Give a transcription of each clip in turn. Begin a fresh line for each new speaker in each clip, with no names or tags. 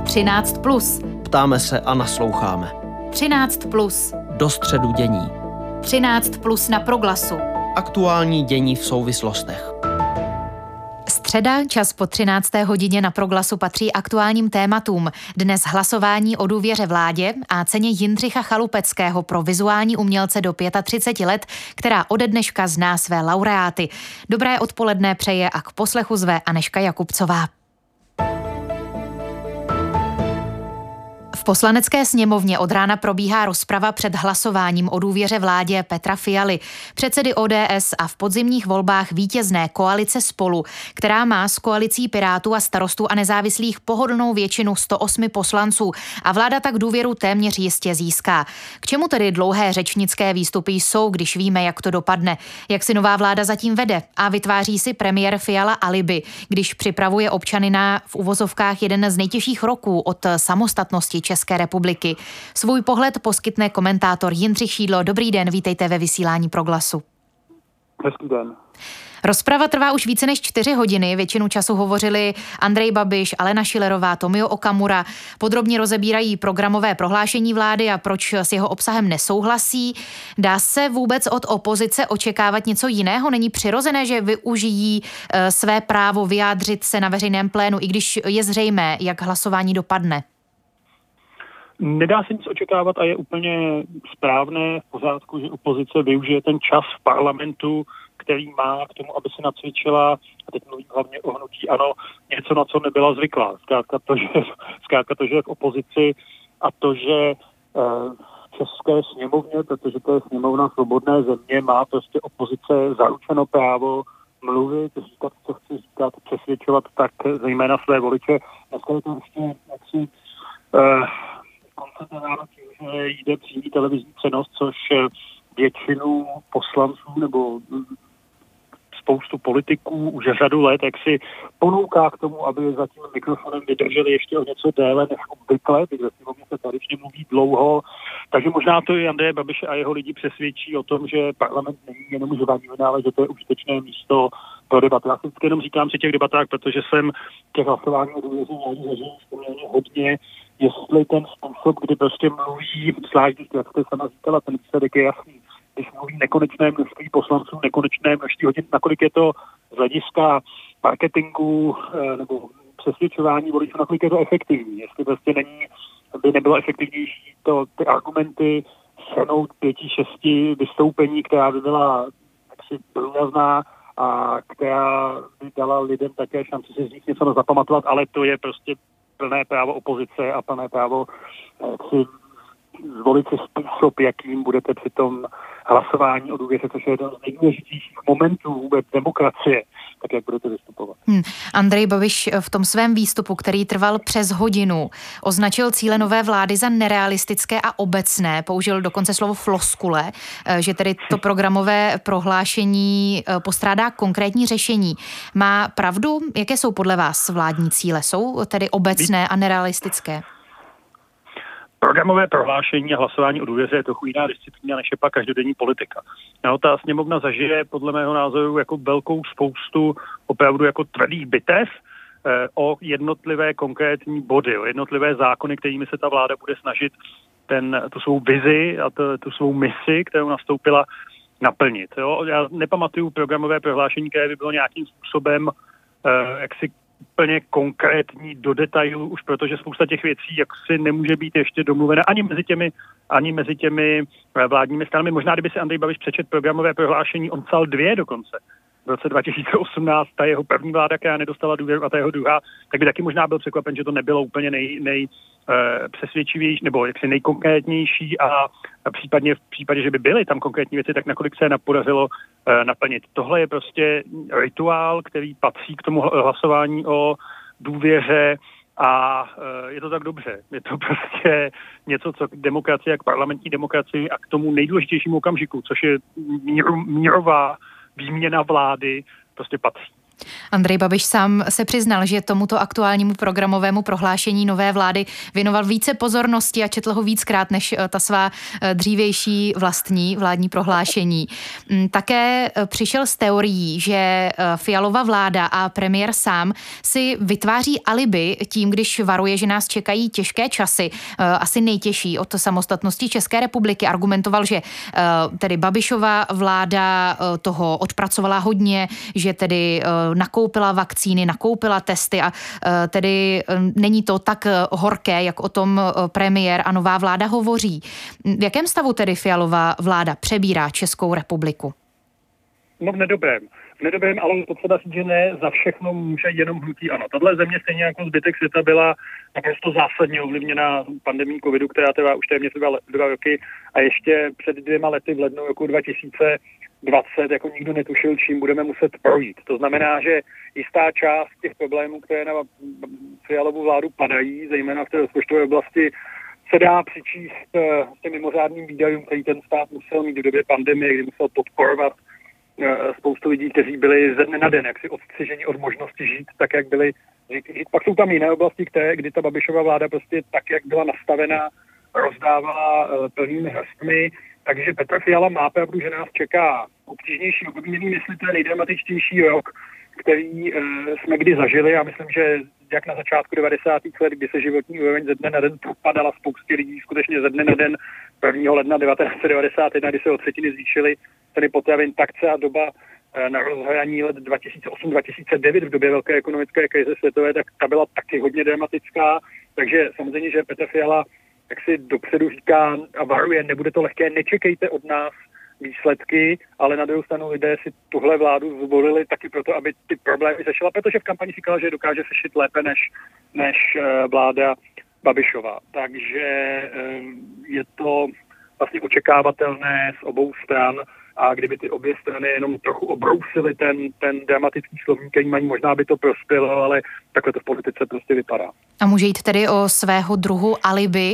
13+.
Ptáme se a nasloucháme.
13+.
Do středu dění.
13+ na Proglasu.
Aktuální dění v souvislostech.
Středa, čas po 13. hodině na Proglasu patří aktuálním tématům. Dnes hlasování o důvěře vládě a ceně Jindřicha Chalupeckého pro vizuální umělce do 35 let, která ode dneška zná své laureáty. Dobré odpoledne přeje a k poslechu zve Anežka Jakubcová. V Poslanecké sněmovně od rána probíhá rozprava před hlasováním o důvěře vládě Petra Fialy, předsedy ODS a v podzimních volbách vítězné koalice Spolu, která má s koalicí Pirátů a Starostů a nezávislých pohodlnou většinu 108 poslanců a vláda tak důvěru téměř jistě získá. K čemu tedy dlouhé řečnické výstupy jsou, když víme, jak to dopadne? Jak si nová vláda zatím vede? A vytváří si premiér Fiala alibi, když připravuje občany na v uvozovkách jeden z nejtěžších roků od samostatnosti České republiky. Svůj pohled poskytne komentátor Jindřich Šídlo. Dobrý den, vítejte ve vysílání Proglasu.
Hezký den.
Rozprava trvá už více než 4 hodiny. Většinu času hovořili Andrej Babiš, Alena Schillerová, Tomio Okamura. Podrobně rozebírají programové prohlášení vlády a proč s jeho obsahem nesouhlasí. Dá se vůbec od opozice očekávat něco jiného? Není přirozené, že využijí své právo vyjádřit se na veřejném plénu, i když je zřejmé, jak hlasování dopadne?
Nedá se nic očekávat a je úplně správné, v pořádku, že opozice využije ten čas v parlamentu, který má k tomu, aby se nacvičila, a teď mluvím hlavně o hnutí ANO, něco, na co nebyla zvyklá. Zkrátka to, že v opozici a to, že České sněmovně, protože to je sněmovna svobodné země, má prostě opozice zaručeno právo mluvit, říkat, co chce říkat, přesvědčovat tak zejména své voliče. Dneska je to ještě jaksi koncentrováno tím, že jde přímý televizní přenos, což většinu poslanců nebo spoustu politiků už řadu let, jak si ponouká k tomu, aby za tím mikrofonem vydrželi ještě o něco déle než obvykle, protože vlastně se tradičně mluví dlouho, takže možná to i Andreje Babiše a jeho lidi přesvědčí o tom, že parlament není jenom živání, ale že to je užitečné místo pro debatu. Já si vždycky jenom říkám při těch debatách, protože jsem těch hlasování o důvěře zažil poměrně hodně, jestli ten způsob, kdy prostě mluví, zvlášť, jak jste sama říkala, ten výsledek je jasný, když mluví nekonečné množství poslanců, nekonečné množství hodin, nakolik je to z hlediska marketingu nebo přesvědčování voličů, nakolik je to efektivní. Jestli prostě by nebylo efektivnější ty argumenty shrnout 5-6 vystoupení, která by byla jaksi průrazná a která by dala lidem také šanci si z nich něco zapamatovat, ale to je prostě plné právo opozice a plné právo si zvolit si způsob, jakým budete při tom hlasování o důvěře, což je jeden z nejdůležitějších momentů vůbec demokracie, tak jak budete vystupovat.
Andrej Babiš v tom svém výstupu, který trval přes hodinu, označil cíle nové vlády za nerealistické a obecné, použil dokonce slovo floskule, že tedy to programové prohlášení postrádá konkrétní řešení. Má pravdu? Jaké jsou podle vás vládní cíle? Jsou tedy obecné a nerealistické?
Programové prohlášení a hlasování o důvěře je trochu jiná disciplína, než je pak každodenní politika. No, ta sněmovna zažije podle mého názoru jako velkou spoustu opravdu jako tvrdých bitev o jednotlivé konkrétní body, o jednotlivé zákony, kterými se ta vláda bude snažit tu svou vizi a tu svou misi, kterou nastoupila, naplnit. Jo? Já nepamatuju programové prohlášení, které by bylo nějakým způsobem jaksi úplně konkrétní do detailu, už protože spousta těch věcí jaksi nemůže být ještě domluvena ani mezi těmi vládními stranami. Možná, kdyby si Andrej Babiš přečet programové prohlášení, on psal 2 dokonce. V roce 2018 ta jeho první vláda, která nedostala důvěru, a ta jeho druhá, tak by taky možná byl překvapen, že to nebylo úplně nejpřesvědčivější nebo jaksi nejkonkrétnější a případně v případě, že by byly tam konkrétní věci, tak nakolik se podařilo naplnit. Tohle je prostě rituál, který patří k tomu hlasování o důvěře a je to tak dobře. Je to prostě něco, co k demokracii, k parlamentní demokracii a k tomu nejdůležitějšímu okamžiku, což je mírová výměna vlády, prostě patří.
Andrej Babiš sám se přiznal, že tomuto aktuálnímu programovému prohlášení nové vlády věnoval více pozornosti a četl ho víckrát než ta svá dřívější vlastní vládní prohlášení. Také přišel s teorií, že Fialova vláda a premiér sám si vytváří alibi tím, když varuje, že nás čekají těžké časy, asi nejtěžší od samostatnosti České republiky. Argumentoval, že tedy Babišova vláda toho odpracovala hodně, že tedy nakoupila vakcíny, nakoupila testy a tedy není to tak horké, jak o tom premiér a nová vláda hovoří. V jakém stavu tedy Fialova vláda přebírá Českou republiku?
No v nedobrém, ale je potřeba říct, že ne za všechno může jenom hnutí ANO. Tahle země stejně jako zbytek světa byla naprosto zásadně ovlivněna pandemií covidu, která trvá už téměř 2 roky a ještě před 2 lety v lednu roku 2020 jako nikdo netušil, čím budeme muset projít. To znamená, že jistá část těch problémů, které na Fialovu vládu padají, zejména v té rozpočtové oblasti, se dá přičíst těm mimořádným výdajům, který ten stát musel mít v době pandemie, kdy musel podporovat spoustu lidí, kteří byli ze dne na den jaksi odstřiženi od možnosti žít tak, jak byli žít. Pak jsou tam jiné oblasti, kdy ta Babišova vláda prostě tak, jak byla nastavená, rozdávala plnými hrstmi. Takže Petr Fiala má pravdu, že nás čeká obtížnější období, jestli to je nejdramatičtější rok, který jsme kdy zažili. Já myslím, že jak na začátku 90. let, kdy se životní úroveň ze dne na den propadala spoustě lidí, skutečně ze dne na den 1. ledna 1991, kdy se o třetiny zvýšily ceny potravin, tak celá doba na rozhraní let 2008-2009 v době velké ekonomické krize světové, tak ta byla taky hodně dramatická. Takže samozřejmě, že Petr Fiala tak si dopředu říká a varuje, nebude to lehké, nečekejte od nás výsledky, ale na druhou stranu lidé si tuhle vládu zvolili taky proto, aby ty problémy řešila, protože v kampani říkala, že dokáže řešit lépe než vláda Babišova. Takže je to vlastně očekávatelné z obou stran a kdyby ty obě strany jenom trochu obrousily ten dramatický slovník, který mají, možná by to prospělo, ale takhle to v politice prostě vypadá.
A může jít tedy o svého druhu alibi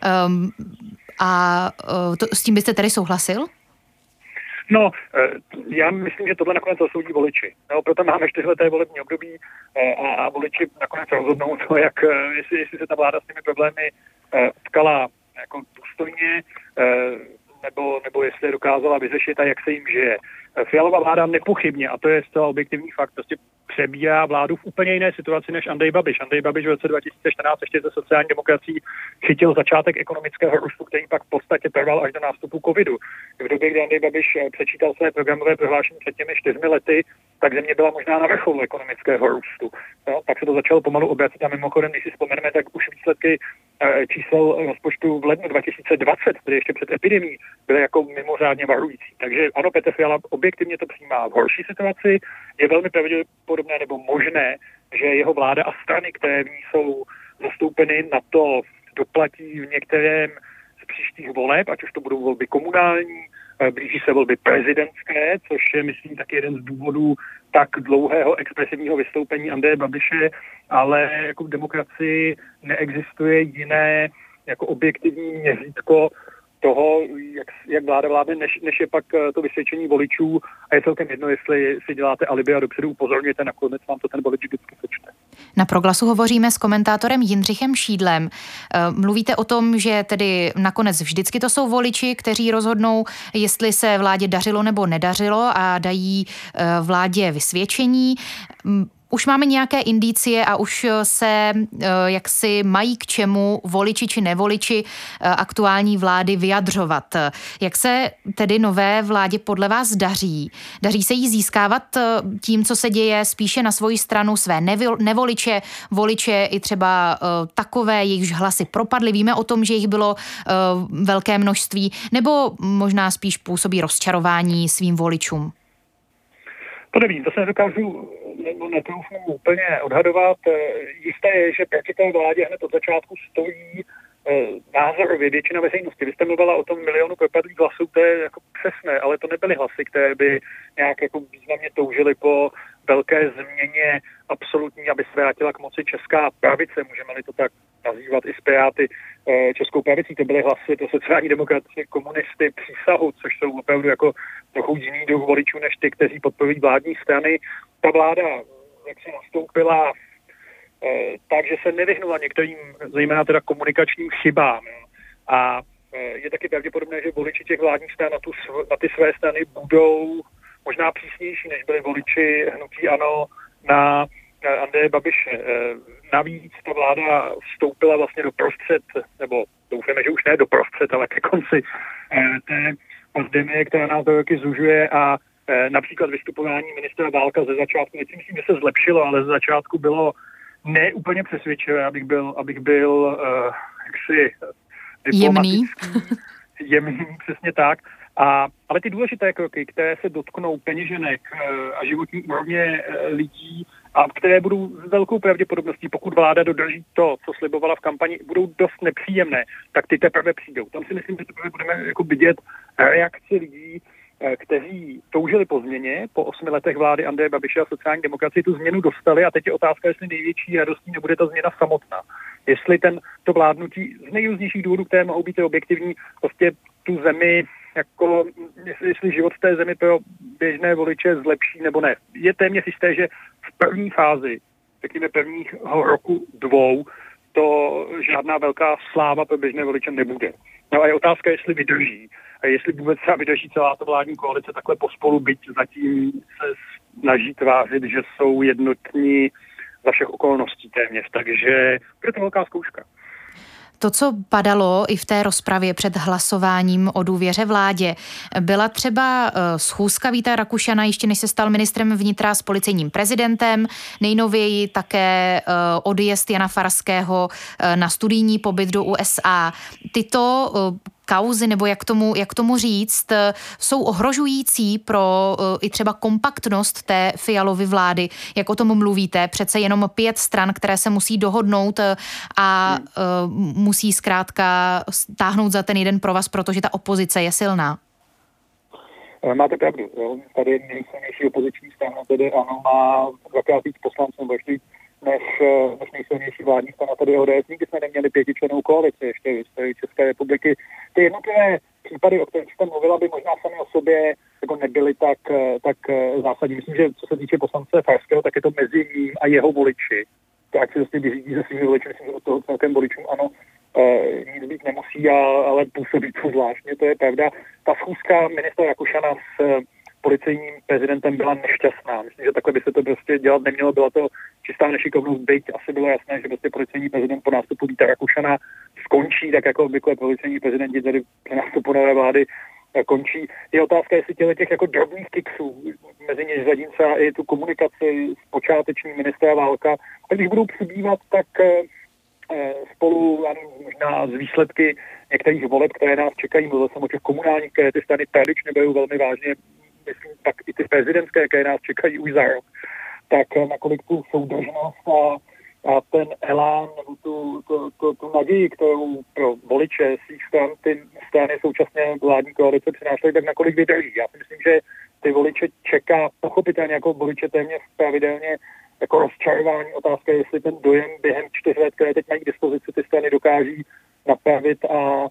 s tím byste tedy souhlasil?
No, já myslím, že tohle nakonec rozsoudí voliči. No, proto máme 4leté volební období a voliči nakonec rozhodnou to, jak, jestli se ta vláda s těmi problémy utkala jako důstojně, nebo jestli je dokázala vyřešit a jak se jim žije. Fialova vláda nepochybně, a to je zcela objektivní fakt, prostě přebírá vládu v úplně jiné situaci než Andrej Babiš. Andrej Babiš v roce 2014 ještě ze sociální demokracií chytil začátek ekonomického růstu, který pak v podstatě trval až do nástupu covidu. V době, kdy Andrej Babiš přečítal své programové prohlášení před těmi 4 lety, tak země byla možná na vrcholu ekonomického růstu. No, tak se to začalo pomalu obracet a mimochodem, když si vzpomeneme, tak už výsledky čísel rozpočtu v lednu 2020, tedy ještě před epidemií, byly jako mimořádně varující. Takže ano, Petr Fiala objektivně to přijímá v horší situaci. Je velmi pravděpodobné nebo možné, že jeho vláda a strany, které v ní jsou zastoupeny, na to doplatí v některém z příštích voleb, ať už to budou volby komunální, blíží se volby prezidentské, což je, myslím, taky jeden z důvodů tak dlouhého expresivního vystoupení Andreje Babiše, ale jako v demokracii neexistuje jiné jako objektivní měřítko toho, jak vláda vládne, než je pak to vysvědčení voličů a je celkem jedno, jestli si děláte alibi a dopředu upozorňujete, nakonec vám to ten volič vždycky sečte.
Na Proglasu hovoříme s komentátorem Jindřichem Šídlem. Mluvíte o tom, že tedy nakonec vždycky to jsou voliči, kteří rozhodnou, jestli se vládě dařilo nebo nedařilo a dají vládě vysvědčení. Už máme nějaké indicie a už se jaksi mají k čemu voliči či nevoliči aktuální vlády vyjadřovat. Jak se tedy nové vládě podle vás daří? Daří se jí získávat tím, co se děje, spíše na svoji stranu své nevoliče, voliče i třeba takové, jejichž hlasy propadly? Víme o tom, že jich bylo velké množství, nebo možná spíš působí rozčarování svým voličům?
To nevím, to se nedokážu netroufnu úplně odhadovat. Jisté je, že proti té vládě hned od začátku stojí názorově většina veřejnosti. Vy jste mluvila o tom milionu propadlých hlasů, to je jako přesné, ale to nebyly hlasy, které by nějak jako významně toužily po velké změně absolutní, aby se vrátila k moci česká pravice, můžeme-li to tak nazývat i z Piráty českou pravicí. To byly hlasy pro sociální demokracie, komunisty, Přísahu, což jsou opravdu jako trochu jiný druh voličů než ty, kteří podporují vládní strany. Ta vláda jak si nastoupila takže se nevyhnula některým, zejména teda komunikačním chybám. A je taky pravděpodobné, že voliči těch vládních stran na ty své strany budou možná přísnější, než byli voliči hnutí ANO na Andreje Babiše. Navíc ta vláda vstoupila vlastně do prostřed, nebo doufáme, že už ne do prostřed, ale ke konci té pandemie, která nás do roky zužuje a například vystupování ministra Válka ze začátku, myslím, že se zlepšilo, ale ze začátku bylo ne úplně přesvědčivé, abych byl jaksi jemný, přesně tak. Ale ty důležité kroky, které se dotknou peněženek a životní úrovně lidí a které budou s velkou pravděpodobností, pokud vláda dodrží to, co slibovala v kampani, budou dost nepříjemné, tak ty teprve přijdou. Tam si myslím, že teprve budeme jako vidět reakci lidí, kteří toužili po změně, po 8 letech vlády Andreje Babiše a sociální demokracie tu změnu dostali a teď je otázka, jestli největší radostí nebude ta změna samotná. Jestli to vládnutí z nejrůznějších důvodů, které mohou být objektivní, prostě tu zemi, jako jestli život v té zemi pro běžné voliče zlepší nebo ne. Je téměř jisté, že v první fázi, řekněme prvního roku 2, to žádná velká sláva pro běžné voliče nebude. No a je otázka, jestli vydrží. A jestli vůbec třeba vydrží celá ta vládní koalice takhle pospolu, byť zatím se snaží tvářit, že jsou jednotní za všech okolností téměř. Takže je to velká zkouška.
To, co padalo i v té rozpravě před hlasováním o důvěře vládě, byla třeba schůzka Víta Rakušana, ještě než se stal ministrem vnitra, s policejním prezidentem, nejnověji také odjezd Jana Farského na studijní pobyt do USA. Tyto kauzy, nebo jak tomu říct, jsou ohrožující pro i třeba kompaktnost té Fialovy vlády. Jak o tom mluvíte? Přece jenom 5 stran, které se musí dohodnout a musí zkrátka stáhnout za ten jeden provaz, protože ta opozice je silná.
Máte pravdu. Jo? Tady nejsilnější opoziční strana, tedy ANO, má dvakrát víc poslanců, nebo ještě než nejsilnější vládní strana, tady ODS. Nikdy jsme neměli 5člennou koalici ještě v historii České republiky. Ty jednotlivé případy, o kterých jste mluvila, by možná sami o sobě jako nebyly tak zásadní. Myslím, že co se týče poslance Farského, tak je to mezi ním a jeho voliči. To ať se vlastně vyřídí se svými voliči, myslím, že od toho celkem voličům ANO nic být nemusí, ale působí to zvláštně, to je pravda. Ta schůzka ministra Rakušana s policejním prezidentem byla nešťastná. Myslím, že takhle by se to prostě dělat nemělo. Byla to čistá nešikovnost, byť asi bylo jasné, že prostě policejní prezident po nástupu Víta Rakušana skončí, tak jako obvykle policejní prezidenti tady po nástupu nové vlády končí. Je otázka, jestli těch jako drobných kiksů, mezi něž řadím třeba i tu komunikaci s počátečním ministra Válka, a když budou přibývat, tak spolu možná z výsledky některých voleb, které nás čekají, mluvil jsem o těch komunálních, které ty strany tradičně berou velmi vážně, myslím, tak i ty prezidentské, které nás čekají už za rok, tak nakolik tu soudržnost a ten elán, nebo tu naději, kterou pro voliče svých stran, ty strany současně vládní koalice přinášely, tak nakolik vydrží. Já si myslím, že ty voliče čeká pochopitelně jako voliče téměř pravidelně jako rozčarování. Otázka je, jestli ten dojem během 4 let, které teď mají k dispozici, ty strany dokáží napravit a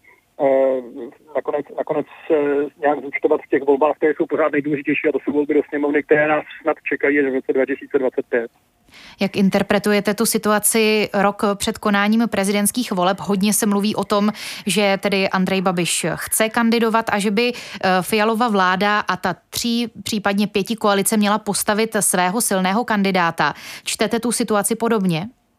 nakonec nějak zúčtovat v těch volbách, které jsou pořád nejdůležitější, a to jsou volby do sněmovny, které nás snad čekají v roce 2025.
Jak interpretujete tu situaci rok před konáním prezidentských voleb? Hodně se mluví o tom, že tedy Andrej Babiš chce kandidovat a že by Fialova vláda a ta 3, případně 5 koalice měla postavit svého silného kandidáta. Čtete tu situaci podobně?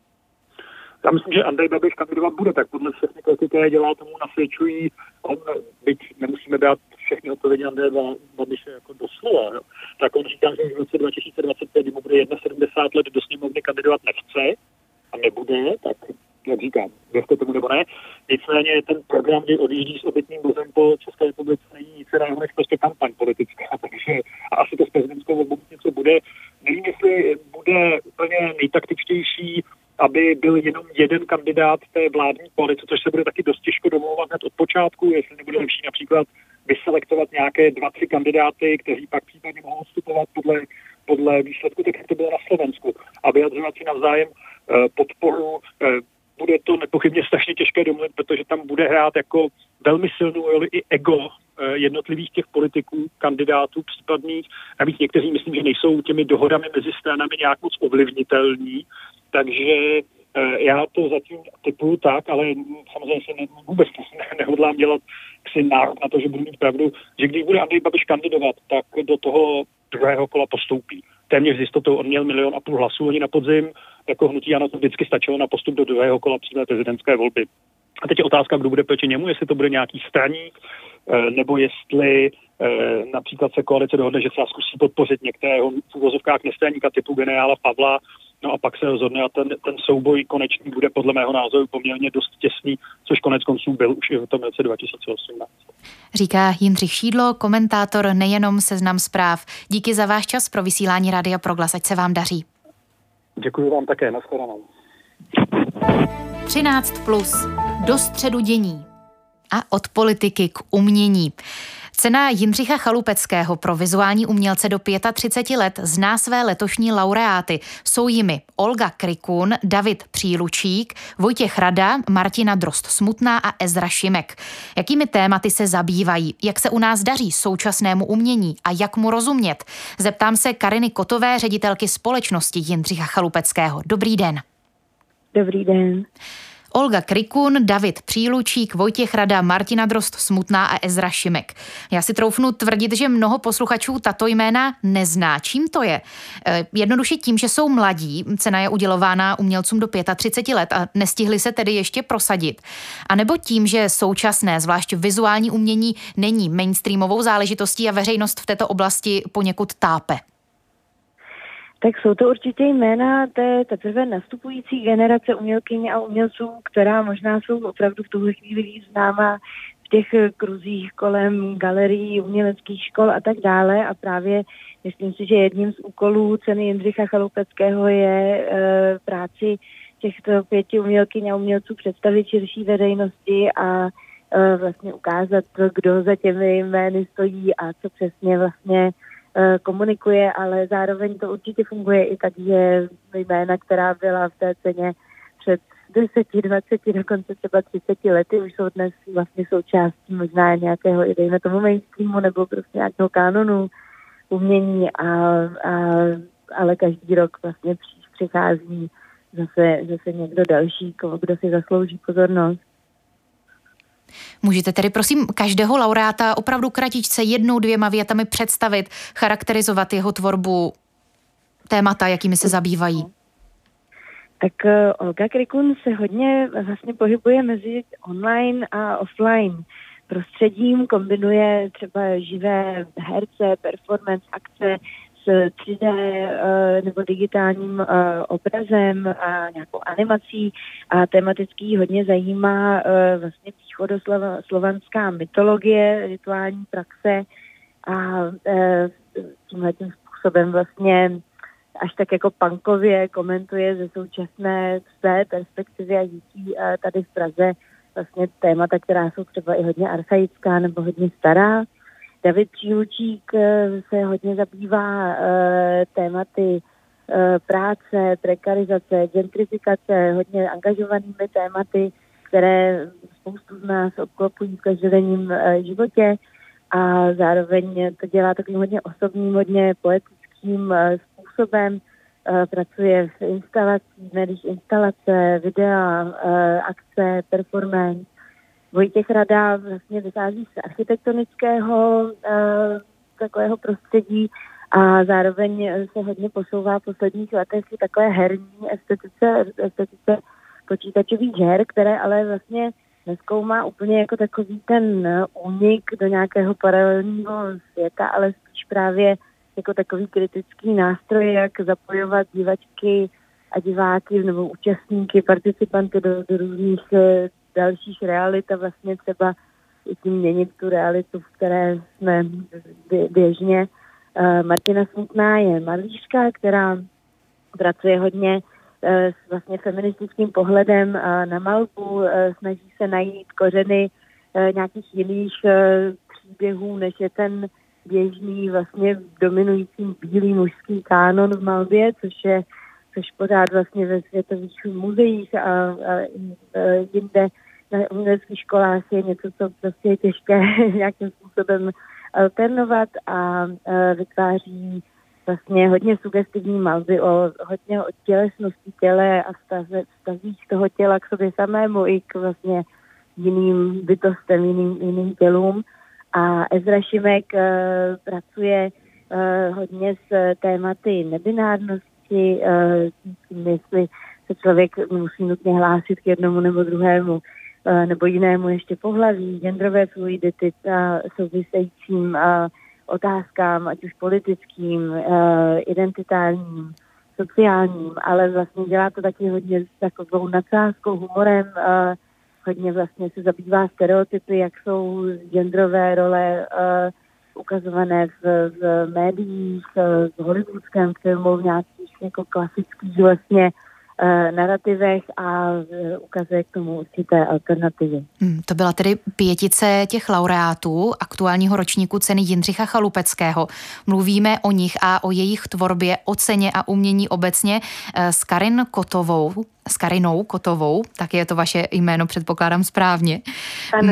Já myslím, že Andrej Babiš kandidovat bude, tak podle všechny kroky, které dělá, tomu nasvědčují. Byť nemusíme dát všechny odpovědi Andreje Babiše jako doslova. Jo. Tak on říká, že v roce 2025, kdy mu bude 71 let, do sněmovny kandidovat nechce a nebude, tak jak říkám, věřte tomu nebo ne. Nicméně ten program, kdy odjíždí s obytným vozem po České republice, není nic jiného než prostě kampaň politická. Takže asi to s prezidentskou volbou něco bude. Nevím, jestli bude úplně nejtaktičtější, aby byl jenom jeden kandidát té vládní koalice, což se bude taky dost těžko domlouvat hned od počátku, jestli nebude lepší například vyselektovat nějaké 2-3 kandidáty, kteří pak případně mohou vstupovat podle výsledku, tak jak to bylo na Slovensku, a vyjadřovat si navzájem podporu. Bude to nepochybně strašně těžké domluvit, protože tam bude hrát jako velmi silnou roli i ego jednotlivých těch politiků, kandidátů případných. Navíc někteří myslím, že nejsou těmi dohodami mezi stranami nějak moc ovlivnitelní, takže já to zatím typuju tak, ale samozřejmě se vůbec nehodlám dělat nárok na to, že budu mít pravdu, že když bude Andrej Babiš kandidovat, tak do toho druhého kola postoupí. Téměř s jistotou on měl 1,5 milionu hlasů ani na podzim, jako hnutí ANO to vždycky stačilo na postup do druhého kola přímé prezidentské volby. A teď je otázka, kdo bude proti němu, jestli to bude nějaký straník, nebo jestli například se koalice dohodne, že třeba zkusí podpořit některého v uvozovkách nestraníka typu generála Pavla, no a pak se rozhodne a ten souboj konečný bude podle mého názoru poměrně dost těsný, což konec konců byl už i v tom roce 2018.
Říká Jindřich Šídlo, komentátor nejenom Seznam Zpráv. Díky za váš čas pro vysílání Rádia Proglas, ať se vám daří.
Děkuji vám také, nashledanou.
13+. Do středu dění. A od politiky k umění. Cena Jindřicha Chalupeckého pro vizuální umělce do 35 let zná své letošní laureáty. Jsou jimi Olga Krikun, David Přílučík, Vojtěch Rada, Martina Drozd-Smutná a Ezra Šimek. Jakými tématy se zabývají, jak se u nás daří současnému umění a jak mu rozumět? Zeptám se Kariny Kotové, ředitelky společnosti Jindřicha Chalupeckého. Dobrý den.
Dobrý den.
Olga Krikun, David Přílučík, Vojtěch Rada, Martina Drozd-Smutná a Ezra Šimek. Já si troufnu tvrdit, že mnoho posluchačů tato jména nezná. Čím to je? Jednoduše tím, že jsou mladí, cena je udělována umělcům do 35 let a nestihli se tedy ještě prosadit. A nebo tím, že současné, zvlášť vizuální umění, není mainstreamovou záležitostí a veřejnost v této oblasti poněkud tápe?
Tak jsou to určitě jména té teprve nastupující generace umělkyň a umělců, která možná jsou opravdu v tuhle chvíli víc známa v těch kruzích kolem galerií, uměleckých škol a tak dále. A právě myslím si, že jedním z úkolů ceny Jindřicha Chalupeckého je práci těchto 5 umělkyň a umělců představit širší veřejnosti a vlastně ukázat, kdo za těmi jmény stojí a co přesně vlastně komunikuje, ale zároveň to určitě funguje i tak, že jména, která byla v té ceně před 10, 20, dokonce třeba 30 lety, už jsou dnes vlastně součástí možná nějakého, i dejme tomu mainstreamu, nebo prostě nějakého kanonu umění, ale každý rok vlastně přichází zase někdo další, kdo si zaslouží pozornost.
Můžete tedy prosím každého laureáta opravdu kratičce 1-2 větami představit, charakterizovat jeho tvorbu, témata, jakými se zabývají?
Tak Olga Krikun se hodně vlastně pohybuje mezi online a offline prostředím, kombinuje třeba živé herce, performance, akce s 3D nebo digitálním obrazem a nějakou animací a tematický hodně zajímá vlastně východoslovanská mytologie, rituální praxe a tímhletím způsobem vlastně až tak jako punkově komentuje ze současné své perspektivy a žití tady v Praze vlastně témata, která jsou třeba i hodně archaická nebo hodně stará. David Přílučík se hodně zabývá tématy práce, prekarizace, gentrifikace, hodně angažovanými tématy, které spoustu z nás obklopují v každodenním životě a zároveň to dělá takovým hodně osobním, hodně poetickým způsobem. Pracuje v instalacích, médiích instalace, videa, akce, performance. Vojtěch Rada vlastně vychází z architektonického takového prostředí a zároveň se hodně posouvá v posledních letech v takové herní estetice počítačových her, které ale vlastně nezkoumá úplně jako takový ten únik do nějakého paralelního světa, ale spíš právě jako takový kritický nástroj, jak zapojovat divačky a diváky nebo účastníky, participanty do různých dalších realit a vlastně třeba i tím měnit tu realitu, v které jsme běžně. Martina Smutná je malířka, která pracuje hodně s vlastně feministickým pohledem na malbu, snaží se najít kořeny nějakých jiných příběhů, než je ten běžný vlastně dominující bílý mužský kánon v malbě, což pořád vlastně ve světových muzeích a jinde na uměleckých školách je něco, co prostě je těžké nějakým způsobem alternovat a vytváří vlastně hodně sugestivní malby hodně o tělesnosti těle a vztazích toho těla k sobě samému i k vlastně jiným bytostem, jiným tělům. A Ezra Šimek pracuje hodně s tématy nebinárnosti, jestli se člověk musí nutně hlásit k jednomu nebo druhému nebo jinému ještě pohlaví, genderové fluidity a souvisejícím otázkám, ať už politickým, identitárním, sociálním, ale vlastně dělá to taky hodně s takovou nadsázkou, humorem, hodně vlastně se zabývá stereotypy, jak jsou genderové role ukazované v médiích, v hollywoodském filmu, v nějakých jako klasických vlastně narrativech a ukazuje k tomu určité alternativy.
To byla tedy 5 těch laureátů aktuálního ročníku ceny Jindřicha Chalupeckého. Mluvíme o nich a o jejich tvorbě, o ceně a umění obecně s Karinou Kotovou, tak je to vaše jméno, předpokládám správně.
Ano.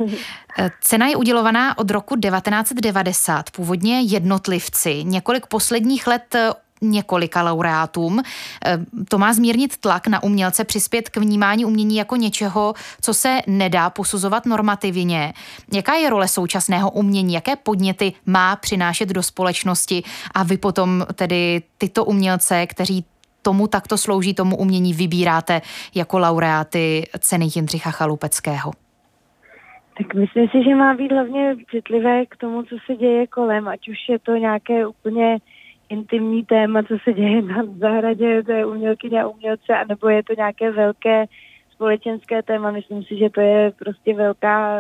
Cena je udělovaná od roku 1990, původně jednotlivci, několik posledních let několika laureátům. To má zmírnit tlak na umělce, přispět k vnímání umění jako něčeho, co se nedá posuzovat normativně. Jaká je role současného umění? Jaké podněty má přinášet do společnosti? A vy potom tedy tyto umělce, kteří tomu takto slouží, tomu umění, vybíráte jako laureáty ceny Jindřicha Chalupeckého?
Tak myslím si, že má být hlavně citlivé k tomu, co se děje kolem, ať už je to nějaké úplně intimní téma, co se děje na zahradě té umělkyně a umělce, anebo je to nějaké velké společenské téma. Myslím si, že to je prostě velká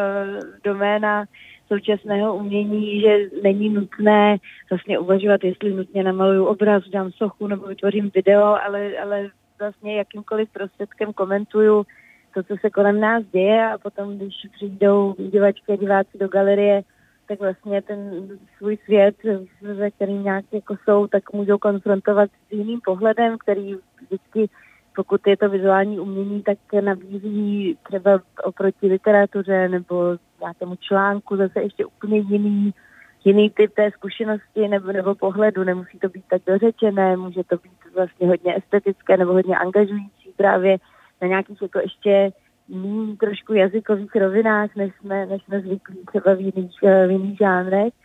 doména současného umění, že není nutné vlastně uvažovat, jestli nutně namaluju obraz, dám sochu nebo vytvořím video, ale vlastně jakýmkoliv prostředkem komentuju to, co se kolem nás děje a potom, když přijdou divačky a diváci do galerie, tak vlastně ten svůj svět, ve kterým nějak jako jsou, tak můžou konfrontovat s jiným pohledem, který vždycky, pokud je to vizuální umění, tak nabízí třeba oproti literatuře nebo nějakému článku zase ještě úplně jiný typ té zkušenosti nebo pohledu. Nemusí to být tak dořečené, může to být vlastně hodně estetické nebo hodně angažující právě na nějakých jako ještě trošku jazykových rovinách, než jsme zvyklí třeba v jiných žánrech.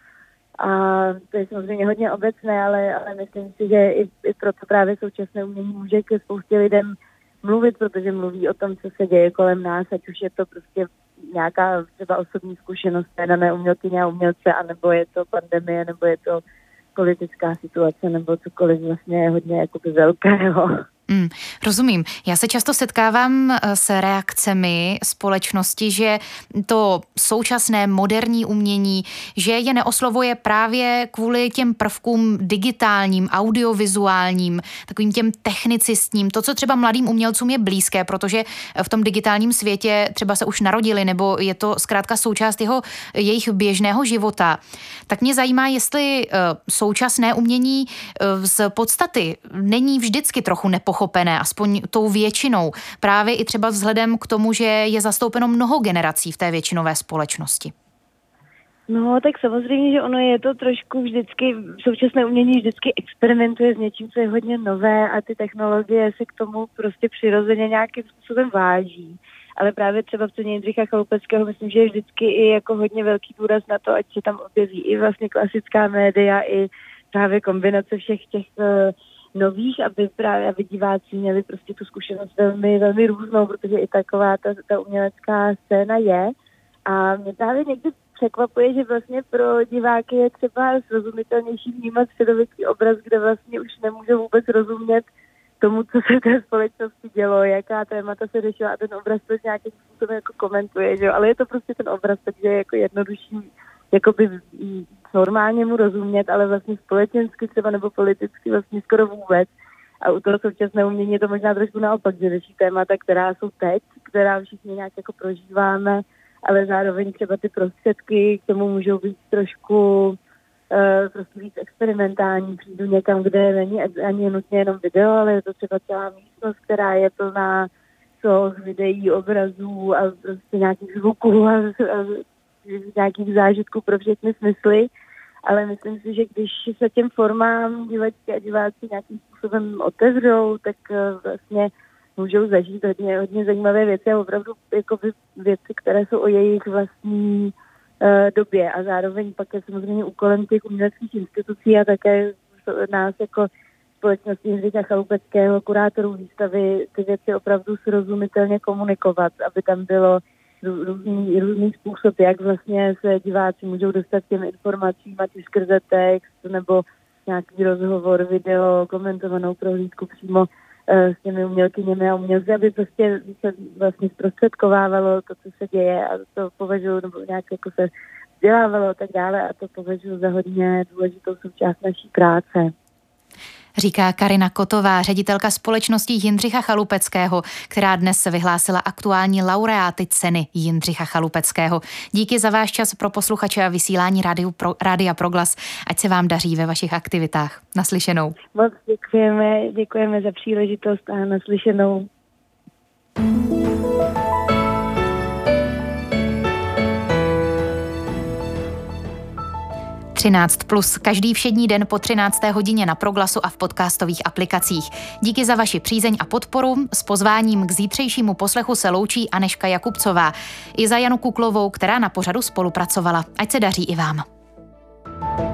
A to je samozřejmě hodně obecné, ale myslím si, že i proto právě současné umění může ke spoustě lidem mluvit, protože mluví o tom, co se děje kolem nás, ať už je to prostě nějaká třeba osobní zkušenost dané umělkyně a umělce, anebo je to pandemie, nebo je to politická situace, nebo cokoliv vlastně je hodně jakoby velkého.
Rozumím. Já se často setkávám s reakcemi společnosti, že to současné moderní umění, že je neoslovuje právě kvůli těm prvkům digitálním, audiovizuálním, takovým těm technicistním, to, co třeba mladým umělcům je blízké, protože v tom digitálním světě třeba se už narodili, nebo je to zkrátka součást jejich běžného života. Tak mě zajímá, jestli současné umění z podstaty není vždycky trochu nepochopené, aspoň tou většinou, právě i třeba vzhledem k tomu, že je zastoupeno mnoho generací v té většinové společnosti.
No, tak samozřejmě, že ono je to trošku vždycky, současné umění vždycky experimentuje s něčím, co je hodně nové a ty technologie se k tomu prostě přirozeně nějakým způsobem váží. Ale právě třeba v ceně Jindřicha Chalupeckého myslím, že je vždycky i jako hodně velký důraz na to, ať se tam objeví i vlastně klasická média, i právě kombinace všech těch nových, aby diváci měli prostě tu zkušenost velmi, velmi různou, protože i taková ta umělecká scéna je. A mě právě někdy překvapuje, že vlastně pro diváky je třeba srozumitelnější vnímat středověký obraz, kde vlastně už nemůžou vůbec rozumět tomu, co se v té společnosti dělo, jaká témata se řešila a ten obraz to nějakým způsobem jako komentuje, že jo? Ale je to prostě ten obraz, takže je jako jednodušší jakoby normálně mu rozumět, ale vlastně společensky třeba nebo politicky vlastně skoro vůbec. A u toho současného umění je to možná trošku naopak, že řeší témata, která jsou teď, která všichni nějak jako prožíváme, ale zároveň třeba ty prostředky k tomu můžou být trošku prostě víc experimentální. Přijdu někam, kde není ani nutně jenom video, ale je to třeba celá místnost, která je plná soch, videí, obrazů a prostě nějakých zvuků a nějakých zážitků pro všechny smysly. Ale myslím si, že když se těm formám divačky a diváci nějakým způsobem otevřou, tak vlastně můžou zažít hodně zajímavé věci a opravdu jako věci, které jsou o jejich vlastní době. A zároveň pak je samozřejmě úkolem těch uměleckých institucí a také nás jako společnosti Jindřicha Chalupeckého, kurátorů výstavy, ty věci opravdu srozumitelně komunikovat, aby tam bylo různý způsob, jak vlastně se diváci můžou dostat k těm informacím, ať už skrze text, nebo nějaký rozhovor, video, komentovanou prohlídku přímo s těmi umělkyněmi a umělci, aby prostě se vlastně zprostředkovávalo to, co se děje, a to považuji, nebo nějak jako se vzdělávalo a tak dále, a to považuji za hodně důležitou součást naší práce.
Říká Karina Kotová, ředitelka společnosti Jindřicha Chalupeckého, která dnes vyhlásila aktuální laureáty ceny Jindřicha Chalupeckého. Díky za váš čas pro posluchače a vysílání Rádia Proglas. Ať se vám daří ve vašich aktivitách. Naslyšenou.
Moc děkujeme za příležitost a naslyšenou.
13+ každý všední den po 13. hodině na Proglasu a v podcastových aplikacích. Díky za vaši přízeň a podporu. S pozváním k zítřejšímu poslechu se loučí Anežka Jakubcová i za Janu Kuklovou, která na pořadu spolupracovala. Ať se daří i vám.